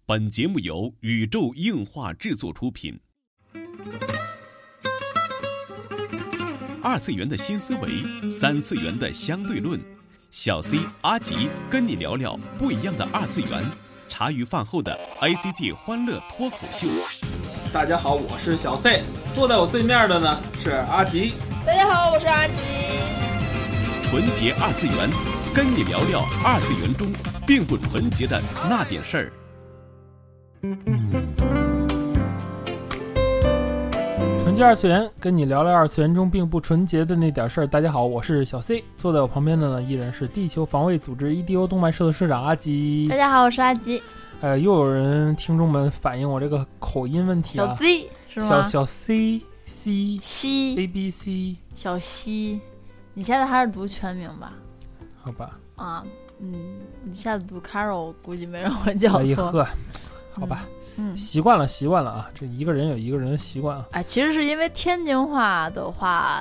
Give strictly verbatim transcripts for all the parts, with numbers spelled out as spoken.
本节目由宇宙硬化制作出品。二次元的新思维，三次元的相对论。小 C 阿吉跟你聊聊不一样的二次元。茶余饭后的 A C G 欢乐脱口秀。 大家好，我是小 C， 坐在我对面的呢是阿吉。 大家好，我是阿吉。 纯洁二次元，跟你聊聊二次元中并不纯洁的那点事儿。 纯洁二次元，跟你聊聊二次元中并不纯洁的那点事儿。大家好，我是小 C， 坐在我旁边的呢依然是地球防卫组织 E D O 动漫社的社长阿吉。 大家好，我是阿吉。 呃，又有人听众们反映我这个口音问题啊， 小 Z 是吗？ 小小 C C 西 A B C 小西，你现在还是读全名吧？ 好吧。 啊，嗯，你下次读 Carol 估计没人会叫错。 哎呵，好吧， 嗯， 习惯了，习惯了啊。这一个人有一个人的习惯啊。 哎，其实是因为天津话的话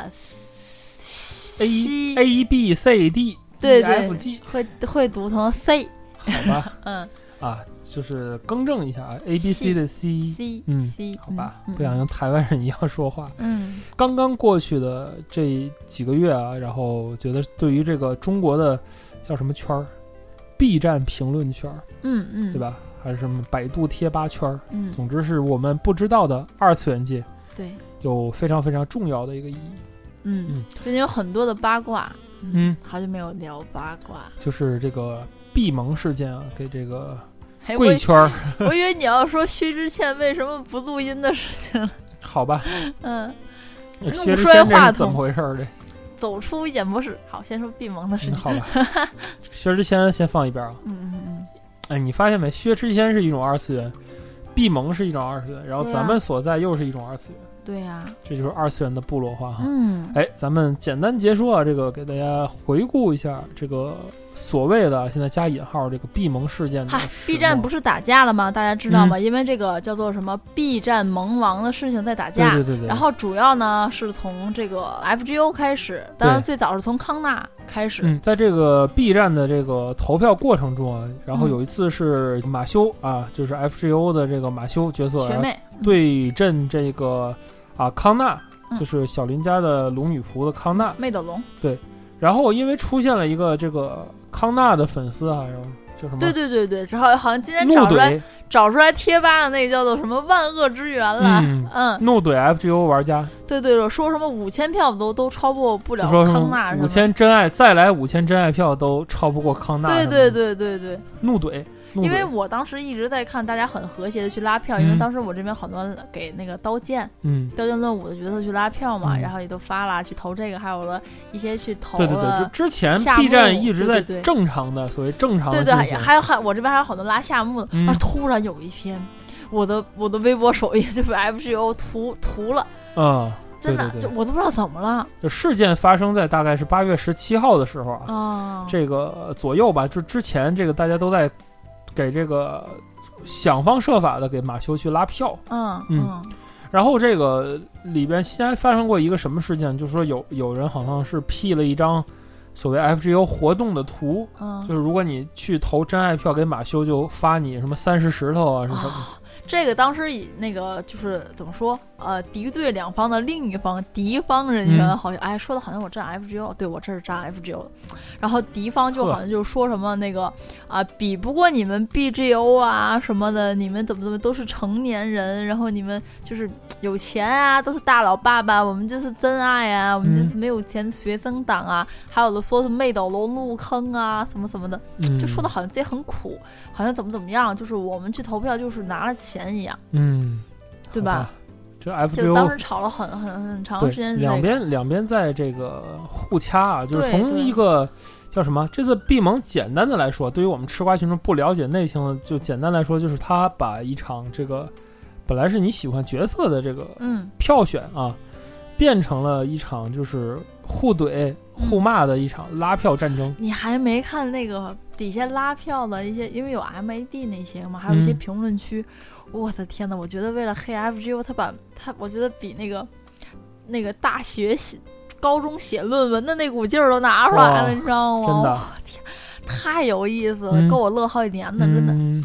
，A A B C D 对 E F G 会会读成 C。 好吧， 嗯啊，就是更正一下啊 ，A B C 的 C， C， 嗯 C， 好吧， 嗯、 不想像台湾人一样说话。 嗯， 刚刚过去的这几个月啊，然后觉得对于这个中国的叫什么圈儿 ，B 站评论圈， 嗯嗯， 对吧？还是什么百度贴吧圈， 嗯， 总之是我们不知道的二次元界， 对， 有非常非常重要的一个意义。 嗯嗯，最近有很多的八卦， 嗯， 好久没有聊八卦， 就是这个闭盟事件啊，给这个贵圈儿、 哎，我以为你要说薛之谦为什么不录音的事情了。 好吧， 嗯， 薛之谦这是怎么回事儿？这走出演播室。好，先说闭盟的事情。 嗯、好吧，薛之谦先放一边啊。 嗯嗯嗯。 哎，你发现没？薛之谦是一种二次元，闭盟是一种二次元，然后咱们所在又是一种二次元。 对呀、啊， 这就是二次元的部落化哈。 嗯， 哎，咱们简单结束啊，这个给大家回顾一下这个所谓的现在加引号这个闭盟事件。 嗨 ，B 站不是打架了吗？大家知道吗？嗯、因为这个叫做什么 B 站盟王的事情在打架。 对对对对。 然后主要呢是从这个 F G O 开始，当然最早是从康纳开始。 嗯，在这个 B 站的这个投票过程中啊，然后有一次是马修、嗯、啊，就是 F G O 的这个马修角色学妹对阵这个。啊，康纳就是小林家的龙女仆的康纳， 妹斗龙。 对，然后因为出现了一个这个康纳的粉丝啊，然后叫什么？ 对对对对，正好好像今天找出来找出来贴吧的那个叫做什么万恶之源了， 嗯， 嗯怒怼 F G O 玩家。 对对对，说什么五千票都都超过不了康纳， 五千真爱再来五千真爱票都超不过康纳。 对对对对对， 怒怼。 因为我当时一直在看大家很和谐的去拉票、嗯、因为当时我这边好多给那个刀剑嗯刀剑论武的角色去拉票嘛、嗯、然后也都发了去投这个，还有了一些去投了。 对对对，就之前 B 站一直在正常的所谓正常的对对，还有还我这边还有好多拉夏目的、嗯、啊，突然有一天我的我的微博首页就被 F G O 涂涂了啊、嗯， 真的， 对对对， 就我都不知道怎么了。 就事件发生在大概是八月十七号的时候啊、 哦， 这个左右吧，就之前这个大家都在给这个想方设法的给马修去拉票， 嗯嗯，然后这个里边现在发生过一个什么事件，就是说有有人好像是 P 了一张所谓 F G O 活动的图， 嗯， 就是如果你去投真爱票给马修，就发你什么三十石头啊，是什么。哦， 这个当时以那个就是怎么说，呃，敌对两方的另一方敌方人员好像，嗯、哎，说的好像我站 F G O， 对我这是站 F G O 的，然后敌方就好像就说什么那个啊、呃，比不过你们 B G O 啊什么的，你们怎么怎么都是成年人，然后你们就是有钱啊，都是大佬爸爸，我们就是真爱啊，我们就是没有钱的学生党啊，嗯、还有的说是妹斗龙入坑啊，什么什么的， 嗯、 就说的好像自己很苦，好像怎么怎么样，就是我们去投票就是拿了钱一样， 嗯， 对吧？ 这 F G O 就当时吵了很很很长时间、这个， 两边两边在这个互掐啊，就是从一个叫什么，这次闭盟简单的来说，对于我们吃瓜群众不了解内情的，就简单来说，就是他把一场这个本来是你喜欢角色的这个嗯票选啊，嗯、变成了一场就是互怼互骂的一场拉票战争。 你还没看那个底下拉票的一些，因为有 M A D 那些嘛，还有一些评论区。嗯，我的天哪！我觉得为了黑 F G O， 他把他，我觉得比那个那个大学写、高中写论文的那股劲儿都拿出来了，你知道吗？ 真的， 天，太有意思了，嗯、够我乐好几年的，真的。 嗯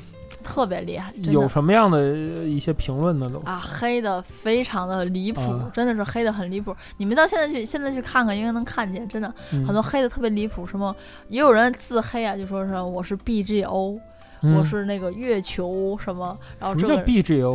特别厉害。 有什么样的一些评论呢？都啊，黑的非常的离谱、啊，真的是黑的很离谱。你们到现在去现在去看看，应该能看见，真的、嗯、很多黑的特别离谱。什么也有人自黑啊，就说是我是 B G O，、嗯、我是那个月球什么，然后这个什么叫 B G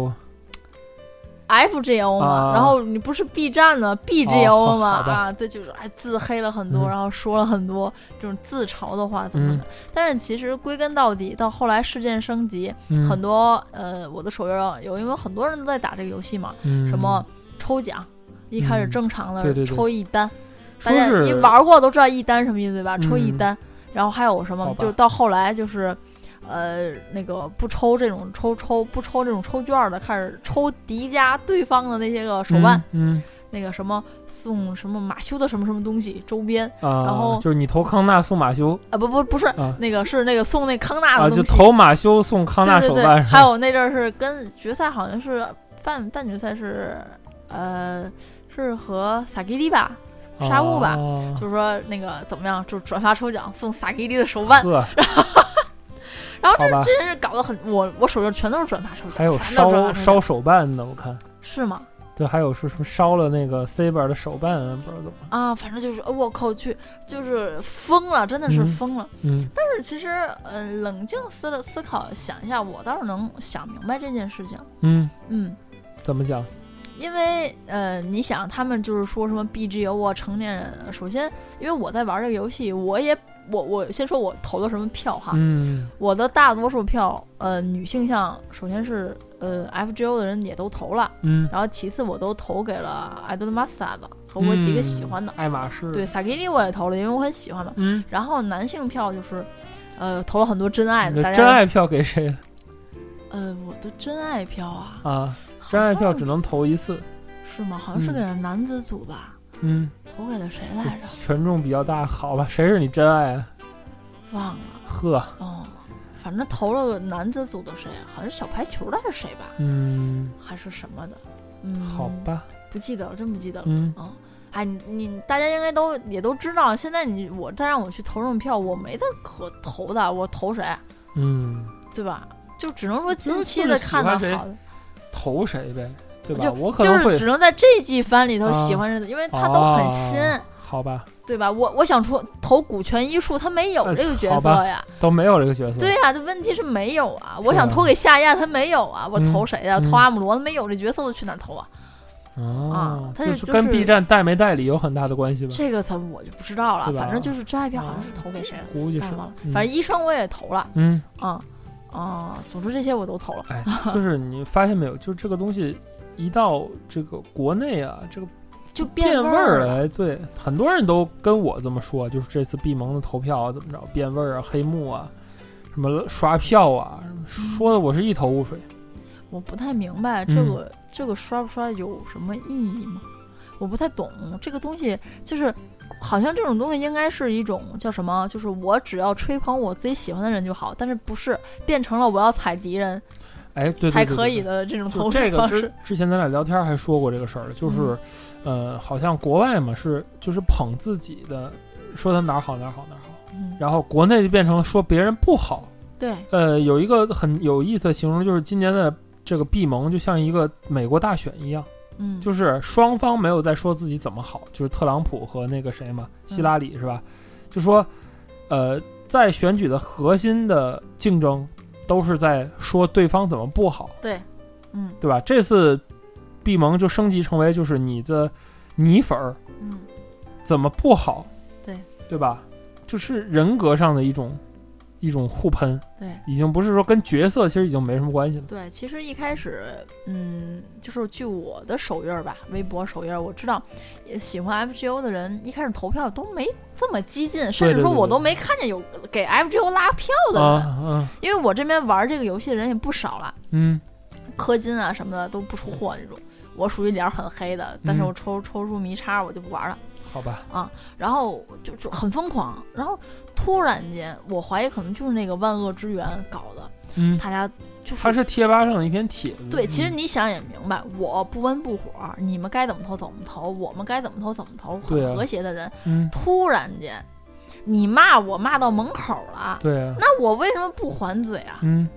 O？F G O 嘛、啊，然后你不是 B 站的 B G O 嘛、哦、啊，对，就是哎自黑了很多、嗯，然后说了很多这种自嘲的话，怎么的、嗯？但是其实归根到底，到后来事件升级，嗯、很多呃，我的手页有，因为很多人都在打这个游戏嘛，嗯、什么抽奖，一开始正常的、嗯、对对对抽一单，大家你玩过都知道一单什么意思对吧？抽一单，嗯、然后还有什么，就到后来就是。呃，那个不抽这种抽抽不抽这种抽券的，开始抽敌家对方的那些个手办， 嗯，嗯那个什么送什么马修的什么什么东西周边， 啊、 然后就是你投康纳送马修啊，不不不是、啊，那个是那个送那康纳的东西， 啊、就投马修送康纳手办， 对对对还有那阵儿是跟决赛好像是半半决赛是呃是和萨基利吧。沙悟吧、哦，就是说那个怎么样，就转发抽奖送萨基利的手办，然后。然后这这真是搞得很，我我手上全都是转发抽奖， 还有烧烧手办的，我看是吗？ 对，还有是什么烧了那个 Saber 的手办，不知道怎么啊，反正就是我靠去，就是疯了，真的是疯了。 嗯，嗯但是其实呃，冷静思了思考想一下，我倒是能想明白这件事情。 嗯嗯， 怎么讲？ 因为呃，你想他们就是说什么 B G O 啊，成年人，首先因为我在玩这个游戏，我也。我我先说我投的什么票哈， 嗯， 我的大多数票，呃，女性向，首先是呃 F G O 的人也都投了， 嗯， 然后其次我都投给了爱德玛斯塔的和我几个喜欢的， 嗯、爱马仕， 对，萨基利我也投了，因为我很喜欢嘛， 嗯， 然后男性票就是，呃，投了很多真爱的，大家真爱票给谁了？ 呃，我的真爱票啊， 啊，真爱票只能投一次， 是吗？好像是给了男子组吧。 嗯， 投给了谁来着？ 权重比较大，好吧，谁是你真爱啊？ 忘了。 呵， 哦，反正投了个男子组的谁，好像是小排球的还是谁吧？ 嗯， 还是什么的？嗯， 好吧， 不记得了，真不记得了。 嗯， 哦、哎，你你大家应该都也都知道，现在你我再让我去投这种票，我没得可投的，我投谁？ 嗯， 对吧？就只能说近期的看的好的， 投谁呗。对吧？ 就我可能就是只能在这季番里头喜欢上的、啊，因为他都很新、 哦，好吧？ 对吧？我我想出投古泉一树，他没有这个角色呀， 都没有这个角色。 对呀、啊，这问题是没有啊。我想投给夏亚，他没有啊。我投谁呀、啊嗯？投阿姆罗，他没有这角色，我去哪儿投啊？ 哦， 啊，他就、就是、 跟 B 站代没代理有很大的关系吧？ 这个咱我就不知道了。反正就是真爱票好像是投给谁了， 估计是了。嗯、反正医生我也投了。 嗯啊啊，总之这些我都投了。 哎，就是你发现没有？就是这个东西。一到这个国内啊，这个就变味儿了。哎，对，很多人都跟我这么说，就是这次闭盟的投票啊，怎么着变味儿啊，黑幕啊，什么刷票啊，说的我是一头雾水。 我不太明白这个、嗯、这个刷不刷有什么意义吗？我不太懂这个东西，就是好像这种东西应该是一种叫什么，就是我只要吹捧我自己喜欢的人就好，但是不是变成了我要踩敌人。 哎，对， 才可以的这种投这个之之前咱俩聊天还说过这个事儿，就是、嗯，呃，好像国外嘛是就是捧自己的，说他哪儿好哪儿好哪儿好、 嗯， 然后国内就变成了说别人不好。 对， 呃，有一个很有意思的形容，就是今年的这个闭盟就像一个美国大选一样， 嗯， 就是双方没有在说自己怎么好，就是特朗普和那个谁嘛，希拉里、嗯、是吧？就说，呃，在选举的核心的竞争。都是在说对方怎么不好， 对，嗯， 对吧？这次闭盟就升级成为就是你的泥粉儿， 嗯， 怎么不好， 对， 对吧？就是人格上的一种一种互喷， 对， 已经不是说跟角色其实已经没什么关系了。 对，其实一开始，嗯，就是据我的手页吧，微博手页，我知道喜欢 F G O 的人一开始投票都没这么激进，甚至说我都没看见有给 F G O 拉票的人， 啊啊、 因为我这边玩这个游戏的人也不少了， 嗯， 氪金啊什么的都不出货那种。我属于脸很黑的，但是我抽、嗯、抽出迷叉我就不玩了。 好吧， 啊，然后就就很疯狂，然后突然间，我怀疑可能就是那个万恶之源搞的， 嗯， 大家就是它是贴吧上的一篇帖子。 对，其实你想也明白，我不温不火，你们该怎么投怎么投，我们该怎么投怎么投，很和谐的人， 嗯， 突然间你骂我骂到门口了， 对啊， 那我为什么不还嘴啊？ 嗯，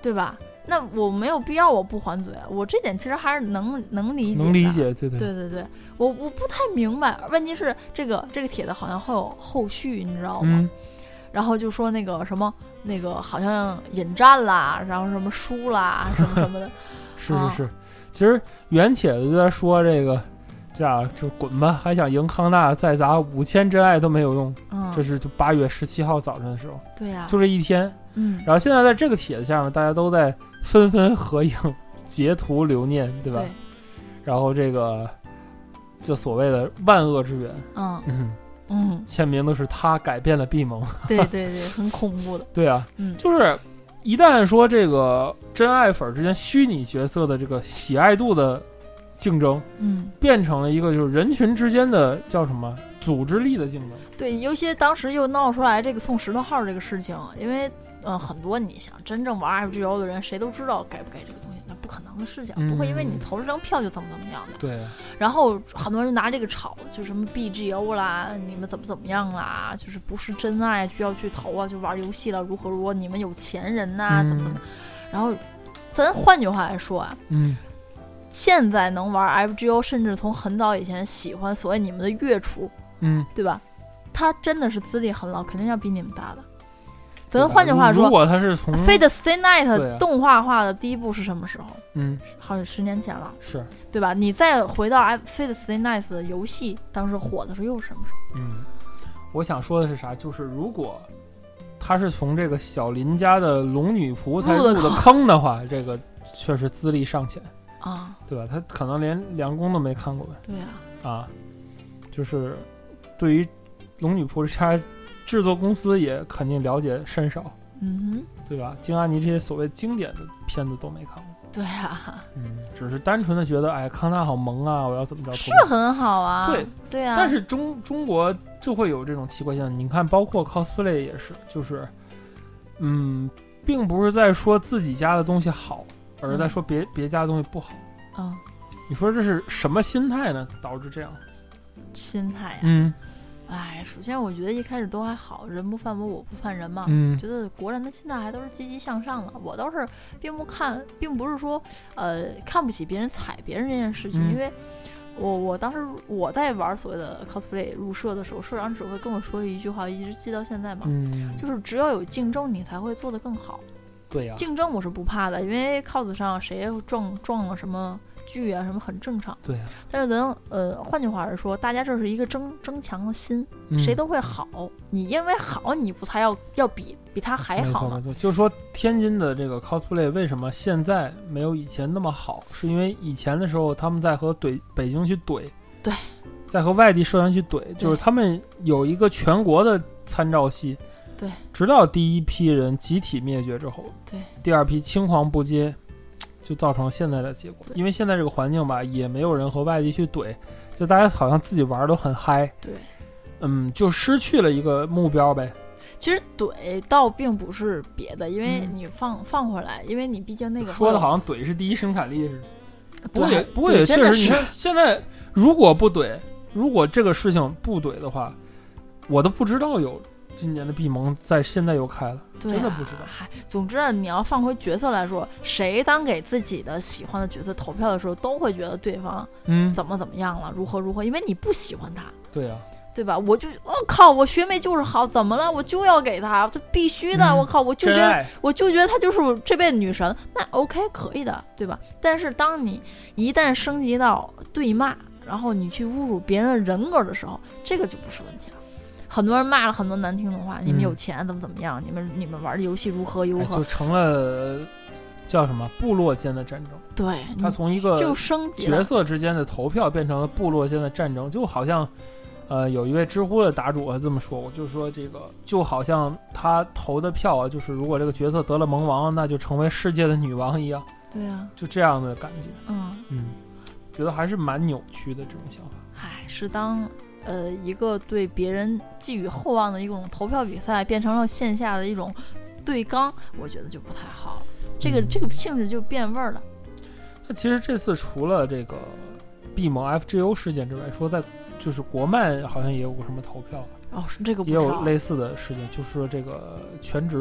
对吧？那我没有必要我不还嘴，我这点其实还是能能理解的， 能理解，对对对对对，我我不太明白，问题是这个这个帖子好像会有后续，你知道吗？ 嗯、 然后就说那个什么那个好像引战啦，然后什么输啦，什么什么的， 是是是，啊、其实原帖子就在说这个。这样就滚吧，还想赢康纳，再砸五千真爱都没有用。嗯，这是就八月十七号早晨的时候。 对呀、啊， 就这一天。 嗯， 然后现在在这个帖子下面，大家都在纷纷合影、截图留念，对吧？ 对。 然后这个就所谓的万恶之源， 嗯嗯嗯， 签名都是他改变了闭盟。 对对对，很恐怖的。 对啊， 嗯， 就是一旦说这个真爱粉之间虚拟角色的这个喜爱度的。竞争， 嗯， 变成了一个就是人群之间的叫什么组织力的竞争。 对，尤其当时又闹出来这个送石头号这个事情，因为呃很多你想真正玩 F G O 的人，谁都知道该不该这个东西，那不可能的事情， 嗯、 不会因为你投了张票就怎么怎么样的。 对。 然后很多人拿这个炒，就什么 B G O 啦，你们怎么怎么样啦，就是不是真爱就要去投啊，就玩游戏了，如何如何，你们有钱人呐、啊， 嗯、 怎么怎么。然后，咱换句话来说啊， 嗯。 现在能玩 F G O， 甚至从很早以前喜欢所谓你们的月厨， 嗯， 对吧？他真的是资历很老，肯定要比你们大的。咱换句话说， 如果他是从 Fate Stay Night 动画化的第一部是什么时候？ 嗯， 好像十年前了， 是对吧？你再回到 Fate Stay Night 的游戏，当时火的时候又是什么时候？ 嗯，我想说的是啥？就是如果他是从这个小林家的龙女仆才入的坑的话，这个确实资历尚浅。 啊， 对吧？他可能连梁公都没看过呗。 对呀、 啊，啊，就是对于龙女仆这家制作公司也肯定了解甚少， 嗯哼， 对吧？京阿尼这些所谓经典的片子都没看过。 对啊， 嗯，只是单纯的觉得，哎，康纳好萌啊，我要怎么着？ 是很好啊， 对对啊。 但是中中国就会有这种奇怪现象，你看，包括 cosplay 也是，就是，嗯，并不是在说自己家的东西好。而是在说别、嗯、别家的东西不好， 嗯， 你说这是什么心态呢？导致这样心态呀、啊， 嗯， 哎，首先我觉得一开始都还好，人不犯我，我不犯人嘛， 嗯， 觉得国人的心态还都是积极向上的。我倒是并不看，并不是说呃看不起别人、踩别人这件事情， 嗯、 因为我我当时我在玩所谓的 cosplay 入社的时候，社长只会跟我说一句话，一直记到现在嘛， 嗯， 就是只要有竞争，你才会做得更好。 对呀、啊， 竞争我是不怕的，因为 cos 上谁撞撞了什么剧啊什么很正常。 对呀、啊， 但是咱呃，换句话来说，大家这是一个争争强的心、嗯，谁都会好。你因为好，你不才要要比比他还好吗？ 没错没错，就是说天津的这个 cosplay 为什么现在没有以前那么好？是因为以前的时候他们在和怼北京去怼， 对， 在和外地社员去怼，就是他们有一个全国的参照系。 对， 直到第一批人集体灭绝之后， 对， 第二批青黄不接，就造成现在的结果。因为现在这个环境吧，也没有人和外地去怼，就大家好像自己玩都很嗨， 对， 嗯，就失去了一个目标呗。 其实怼倒并不是别的，因为你放、嗯、放回来，因为你毕竟那个说的好像怼是第一生产力似的。不过也不过也确实，你看现在如果不怼，如果这个事情不怼的话，我都不知道有。今年的闭盟在现在又开了， 对啊、 真的不知道。 嗨，总之啊，你要放回角色来说，谁当给自己的喜欢的角色投票的时候，都会觉得对方嗯怎么怎么样了，嗯、如何如何，因为你不喜欢他。 对啊， 对吧？我就我、哦、靠，我学妹就是好，怎么了？我就要给他，这必须的。嗯、我靠，我就觉得我就觉得他就是这辈子女神，那 OK 可以的，对吧？但是当你一旦升级到对骂，然后你去侮辱别人的人格的时候，这个就不是问题了。很多人骂了很多难听的话，你们有钱怎么怎么样，嗯、你们你们玩的游戏如何如何， 就成了叫什么部落间的战争。 对， 它从一个就升级角色之间的投票变成了部落间的战争，就好像呃有一位知乎的答主这么说过，就是说这个就好像他投的票啊，就是如果这个角色得了盟王，那就成为世界的女王一样。 对啊， 就这样的感觉。 嗯嗯，觉得还是蛮扭曲的这种想法。 唉，是当。呃，一个对别人寄予厚望的一种投票比赛，变成了线下的一种对刚，我觉得就不太好了。这个、嗯、这个性质就变味儿了。 那其实这次除了这个闭盟 F G O 事件之外，说在就是国漫好像也有个什么投票， 哦，是这个不也有类似的事件，就是说这个全职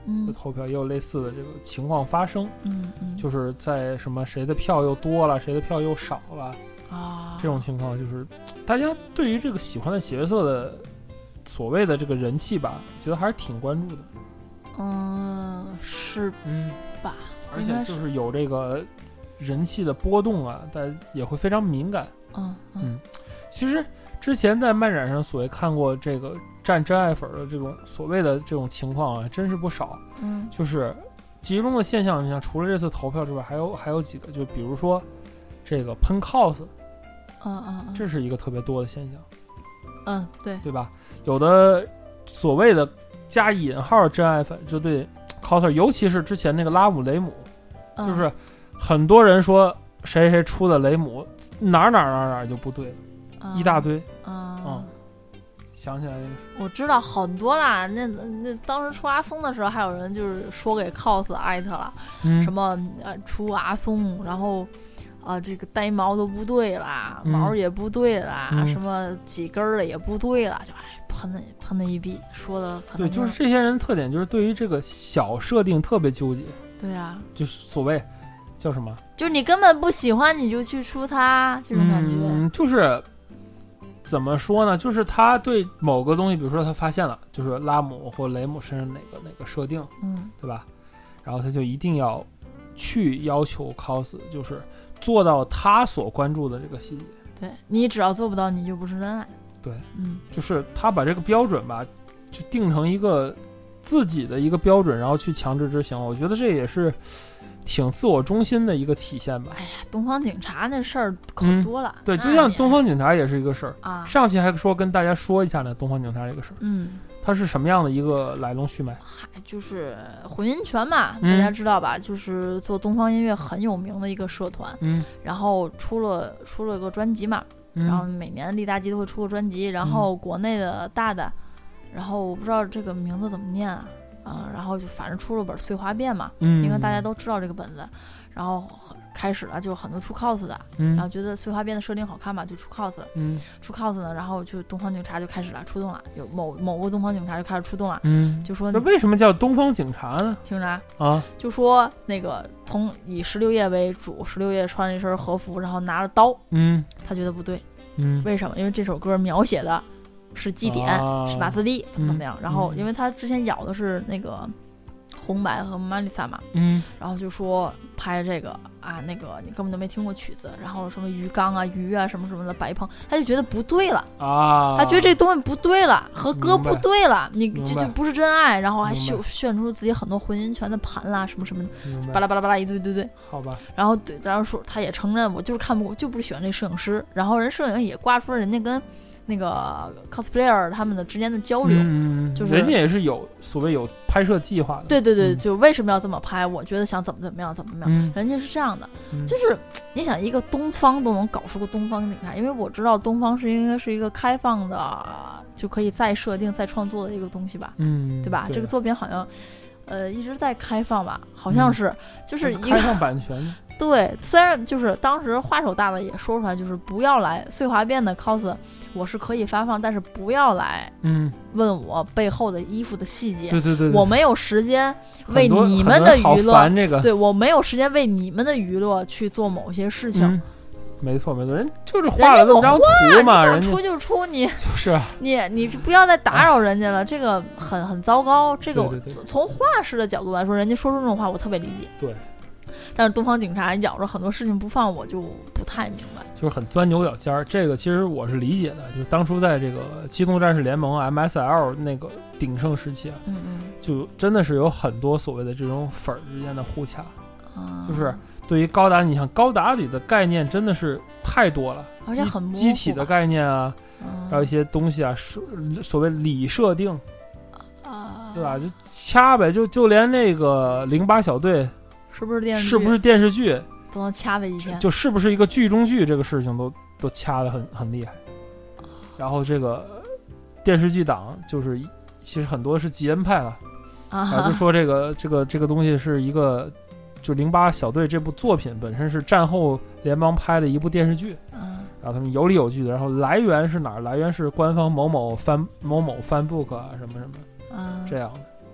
嗯， 投票也有类似的这个情况发生， 嗯嗯， 就是在什么谁的票又多了，谁的票又少了啊， 这种情况，就是大家对于这个喜欢的角色的所谓的这个人气吧，我觉得还是挺关注的。 嗯，是嗯吧？ 而且就是有这个人气的波动啊，大家也会非常敏感。 嗯 嗯, 嗯，其实之前在漫展上所谓看过这个占真爱粉的这种所谓的这种情况啊，真是不少。 嗯， 就是集中的现象，你像除了这次投票之外，还有还有几个，就比如说这个喷 cos， 嗯嗯， 这是一个特别多的现象。 嗯，对， 对吧？有的所谓的加引号真爱粉，就对 coser， 尤其是之前那个拉姆雷姆， 嗯、 就是很多人说谁谁出的雷姆哪儿哪儿哪儿哪儿就不对了， 嗯、 一大堆。 嗯， 嗯，想起来这个， 我知道很多啦。那那当时出阿松的时候，还有人就是说给 cos 艾特了， 嗯、 什么呃出阿松，然后啊、呃、这个呆毛都不对啦， 嗯、 毛也不对啦， 嗯、 什么几根儿的也不对啦，就哎喷的喷的一逼，说的可能对，就是这些人特点就是对于这个小设定特别纠结。 对啊， 就是所谓叫什么， 就是你根本不喜欢你就去出他这种感觉。 嗯，就是怎么说呢？就是他对某个东西，比如说他发现了，就是拉姆或雷姆身上哪个哪个设定， 嗯， 对吧？然后他就一定要去要求 cos， 就是做到他所关注的这个细节。 对，你只要做不到，你就不是真爱。 对， 嗯， 就是他把这个标准吧，就定成一个自己的一个标准，然后去强制执行。我觉得这也是挺自我中心的一个体现吧。 哎呀，东方警察那事儿可多了。 嗯、对，就像东方警察也是一个事儿啊。 上期还说跟大家说一下呢，东方警察这个事儿。 嗯， 它是什么样的一个来龙去脉？ 嗨，就是混音泉嘛，大家知道吧？嗯、就是做东方音乐很有名的一个社团。 嗯， 然后出了出了个专辑嘛。然后每年立大集都会出个专辑，然后国内的大的，然后我不知道这个名字怎么念啊，啊、呃，然后就反正出了本《碎花变》嘛， 嗯， 因为大家都知道这个本子，然后开始了就很多出 cos 的， 嗯， 然后觉得《碎花变》的设定好看嘛，就出 cos， 嗯， 出 cos 呢，然后就东方警察就开始了出动了，有某某个东方警察就开始出动了， 嗯， 就说那为什么叫东方警察呢？ 听着啊， 就说那个从以十六夜为主，十六夜穿了一身和服，然后拿着刀， 嗯， 他觉得不对。 嗯， 为什么？因为这首歌描写的是祭典， 啊、 是马自立怎么怎么样。 嗯、 然后，因为他之前咬的是那个红白和玛丽萨嘛， 嗯， 然后就说拍这个啊，那个你根本都没听过曲子，然后什么鱼缸啊、鱼啊什么什么的白碰，他就觉得不对了啊， 他觉得这东西不对了，和歌不对了，你这就不是真爱，然后还秀炫出自己很多混音权的盘啦，什么什么，巴拉巴拉巴拉一堆堆堆， 好吧。 然后对，然后说他也承认我就是看不，就不喜欢这摄影师，然后人摄影也挂出了人家跟那个 cosplayer 他们的之间的交流， 嗯、 就是人家也是有所谓有拍摄计划的。 对对对， 嗯、 就为什么要这么拍？我觉得想怎么怎么样，怎么怎么样， 嗯、 人家是这样的， 嗯、 就是你想一个东方都能搞出个东方警察，因为我知道东方是应该是一个开放的，就可以再设定、再创作的一个东西吧， 嗯， 对吧？ 对这个作品好像呃一直在开放吧，好像是， 嗯、 就是一个开放版权。 对，虽然就是当时画手大的也说出来，就是不要来碎花变的 cos， 我是可以发放，但是不要来， 嗯， 问我背后的衣服的细节。 对对 对, 对， 我没有时间为你们的娱乐， 这个、 对我没有时间为你们的娱乐去做某些事情。 嗯、没错没错，人就是画了这么张图嘛， 人家想出就出，你就是你你不要再打扰人家了，哎、这个很很糟糕。这个对对对从画师的角度来说，人家说出这种话，我特别理解。 对。 但是东方警察咬着很多事情不放，我就不太明白， 就是很钻牛角尖儿。这个其实我是理解的，就是当初在这个机动战士联盟 M S L 那个鼎盛时期啊， 嗯嗯， 就真的是有很多所谓的这种粉儿之间的互掐， 啊、 就是对于高达，你像高达里的概念真的是太多了， 而且很模糊机体的概念啊， 嗯、 还有一些东西啊，所谓理设定啊， 对吧？就掐呗，就就连那个零八小队。 是不是电视剧？ 是不是电视剧都能掐在一天？ 就, 就是不是一个剧中剧，这个事情都都掐得很很厉害。然后这个电视剧档就是其实很多是吉恩派了啊， 然后就说这个这个这个东西是一个就零八小队这部作品本身是战后联邦拍的一部电视剧， 嗯， 然后他们有理有据的，然后来源是哪儿？来源是官方某某翻某某翻 book 啊什么什么， 嗯， 这样的。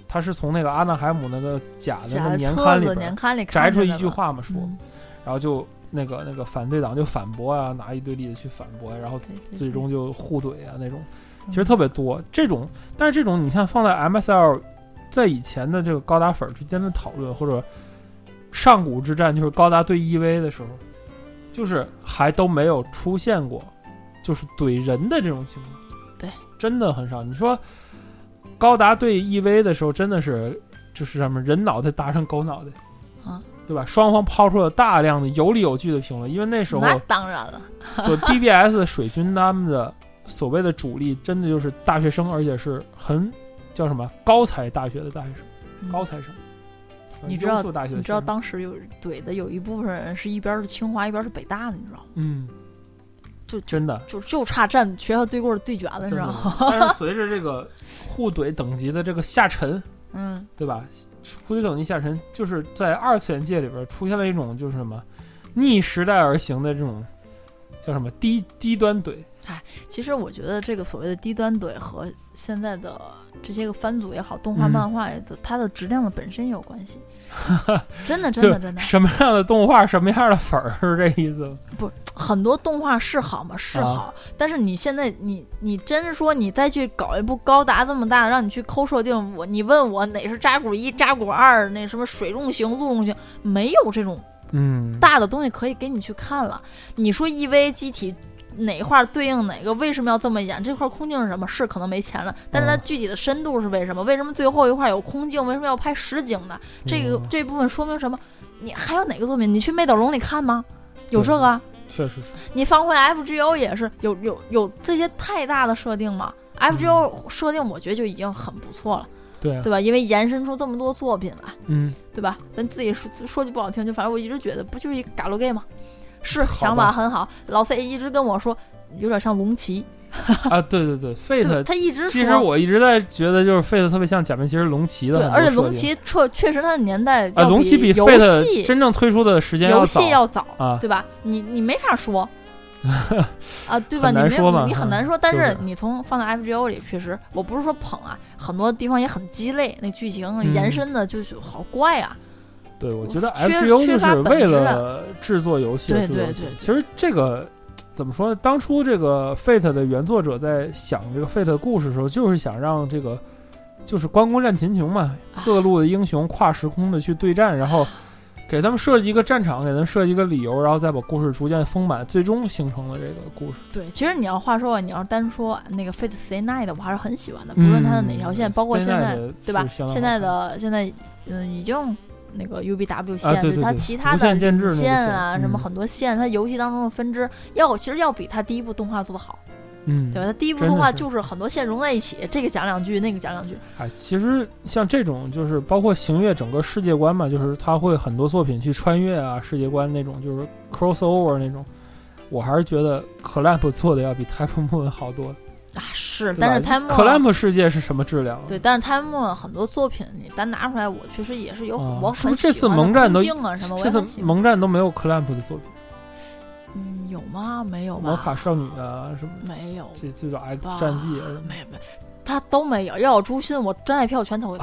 他是从那个阿纳海姆那个假的那个年刊里边年刊里摘出一句话嘛说、 嗯、 然后就那个那个反对党就反驳啊，拿一堆例子去反驳、啊、然后最终就互怼啊那种，其实特别多这种。但是这种你看放在 M S L 在以前的这个高达粉之间的讨论，或者上古之战就是高达对 E V 的时候，就是还都没有出现过就是怼人的这种情况， 对， 真的很少。你说高达对 E V 的时候真的是就是什么人脑袋搭上狗脑袋啊， 对吧？双方抛出了大量的有理有据的评论，因为那时候那当然了所 B B S 水军他们的所谓的主力真的就是大学生，而且是很叫什么高才大学的大学生、嗯、高材生。 你知道大学你知道当时有怼的有一部分人是一边是清华一边是北大的，你知道吗？ 嗯， 就真的就就差站学校对过对决了，你知道吗？ 但是随着这个互怼等级的这个下沉， 嗯， 对吧？互怼等级下沉，就是在二次元界里边出现了一种就是什么逆时代而行的这种叫什么低低端怼。 哎，其实我觉得这个所谓的低端怼和现在的这些个番组也好，动画漫画的、嗯、它的质量的本身也有关系。真的真的真的， 什么样的动画什么样的粉儿是这意思？ 不，很多动画是好吗？是好、啊，但是你现在你你真是说你再去搞一部高达这么大，让你去抠设定，我你问我哪是扎古一、扎古二，那什么水中型、陆中型，没有这种嗯大的东西可以给你去看了。你说 E V 机体哪块对应哪个，为什么要这么演？这块空镜是什么？是可能没钱了，但是它具体的深度是为什么？为什么最后一块有空镜？为什么要拍实景的？这个、嗯、这部分说明什么？你还有哪个作品？你去魅斗龙里看吗？有这个？ 确实是。 你放回 F G O 也是有有有这些太大的设定吗 ？F G O 设定我觉得就已经很不错了。 对、啊、 对吧？因为延伸出这么多作品来， 嗯， 对吧？咱自己说说句不好听，就反正我一直觉得不就是一嘎鲁 gay 吗？是想法很好，老 C 一直跟我说有点像龙骑啊，对对对 ，Fate 他一直说， 其实我一直在觉得就是 Fate 特别像假面骑士龙骑的， 对，而且龙骑确确实它的年代啊，龙骑比 Fate 真正推出的时间要早，游戏要早啊， 对吧？你你没法说啊，对吧？ 很难说嘛， 你很难说，但是你从放在 F G O 里，确实我不是说捧啊，很多地方也很鸡肋，那剧情延伸的就是好怪啊。 对，我觉得 F G O 就是为了制作游戏， 对对对。 其实这个怎么说呢？当初这个 Fate 的原作者在想这个 Fate 的故事的时候，就是想让这个就是关公战秦琼嘛，各路的英雄跨时空的去对战，然后给他们设计一个战场，给他们设计一个理由，然后再把故事逐渐丰满，最终形成了这个故事。 对，其实你要话说，你要单说那个 Fate Stay Night 我还是很喜欢的，不论它的哪条线， 嗯、 包括现在对吧？ 现在的现在嗯已经。那个 U B W 线， 啊、对对对， 它其他的线啊， 线什么很多线，它游戏当中的分支，要其实要比它第一部动画做得好， 嗯， 对吧？它第一部动画就是很多线融在一起，这个讲两句，那个讲两句。 哎，其实像这种就是包括行月整个世界观嘛，就是它会很多作品去穿越啊世界观那种，就是 crossover 那种，我还是觉得 Clamp 做的要比 Type Moon 好多。 啊是，但是 Time Clamp 世界是什么质量？ 对，但是 Time 很多作品你单拿出来，我确实也是有、 啊、 我很这次萌战都什么， 这次萌战都没有 Clamp 的作品。 嗯，有吗？没有吧？ 魔卡少女啊什么？ 没有。 这这种 X 战记啊什么？ 没没，他都没有。要有诛心，我真爱票全投。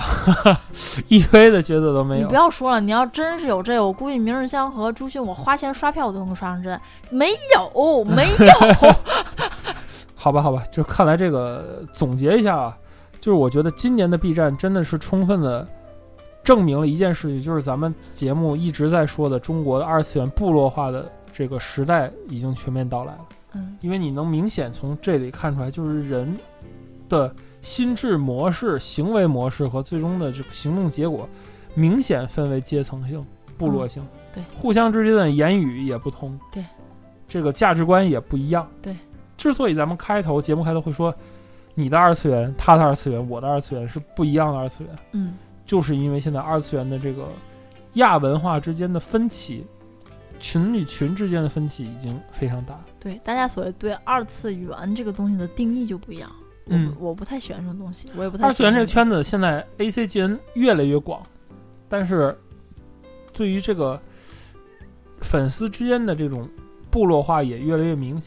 E V 的角色都没有。 你不要说了，你要真是有这个，我估计明日香和诛心，我花钱刷票我都能刷上真爱。没有，没有。 好吧，好吧，就看来这个总结一下啊，就是我觉得今年的 B 站真的是充分的证明了一件事情，就是咱们节目一直在说的中国的二次元部落化的这个时代已经全面到来了。 嗯， 因为你能明显从这里看出来，就是人的心智模式、行为模式和最终的这个行动结果，明显分为阶层性、部落性， 嗯、对， 互相之间的言语也不同， 对， 这个价值观也不一样， 对。 之所以咱们开头节目开头会说你的二次元他的二次元我的二次元是不一样的二次元， 嗯， 就是因为现在二次元的这个亚文化之间的分歧，群与群之间的分歧已经非常大。 对，大家所谓对二次元这个东西的定义就不一样。 嗯， 我, 我不太喜欢这种东西，我也不太喜欢。 二次元这个圈子现在 A C G N 越来越广，但是对于这个粉丝之间的这种部落化也越来越明显。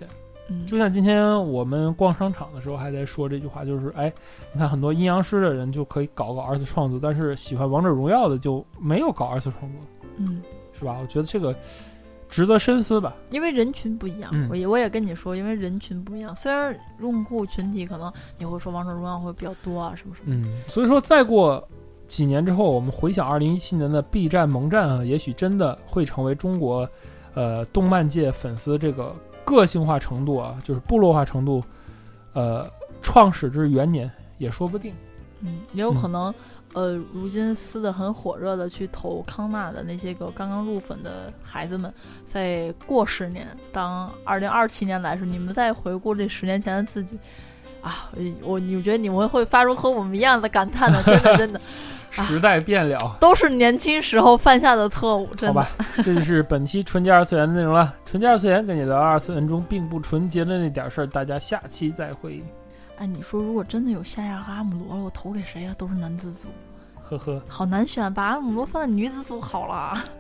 嗯， 就像今天我们逛商场的时候还在说这句话，就是哎，你看很多阴阳师的人就可以搞个二次创作，但是喜欢王者荣耀的就没有搞二次创作， 嗯， 是吧？我觉得这个值得深思吧， 因为人群不一样。 嗯、 我也我也跟你说，因为人群不一样，虽然用户群体可能你会说王者荣耀会比较多啊，什么什么， 嗯，所以说再过几年之后，我们回想二零一七年的 B 站萌战啊，也许真的会成为中国呃动漫界粉丝这个个性化程度啊，就是部落化程度，呃，创始之元年也说不定。 嗯，也有可能，嗯、呃，如今撕得很火热的去投康纳的那些个刚刚入粉的孩子们，再过十年，当二零二七年来时，你们再回顾这十年前的自己，啊，我你觉得你们会发出和我们一样的感叹的，真的真的。 时代变了、啊， 都是年轻时候犯下的错误，真的。 好吧，这就是本期纯洁二次元的内容了。纯洁二次元跟你聊二次元中并不纯洁的那点事儿，大家下期再会。 哎，你说如果真的有夏亚和阿姆罗了，我投给谁呀、啊？都是男子组。 呵呵， 好难选，把阿姆罗放在女子组好了。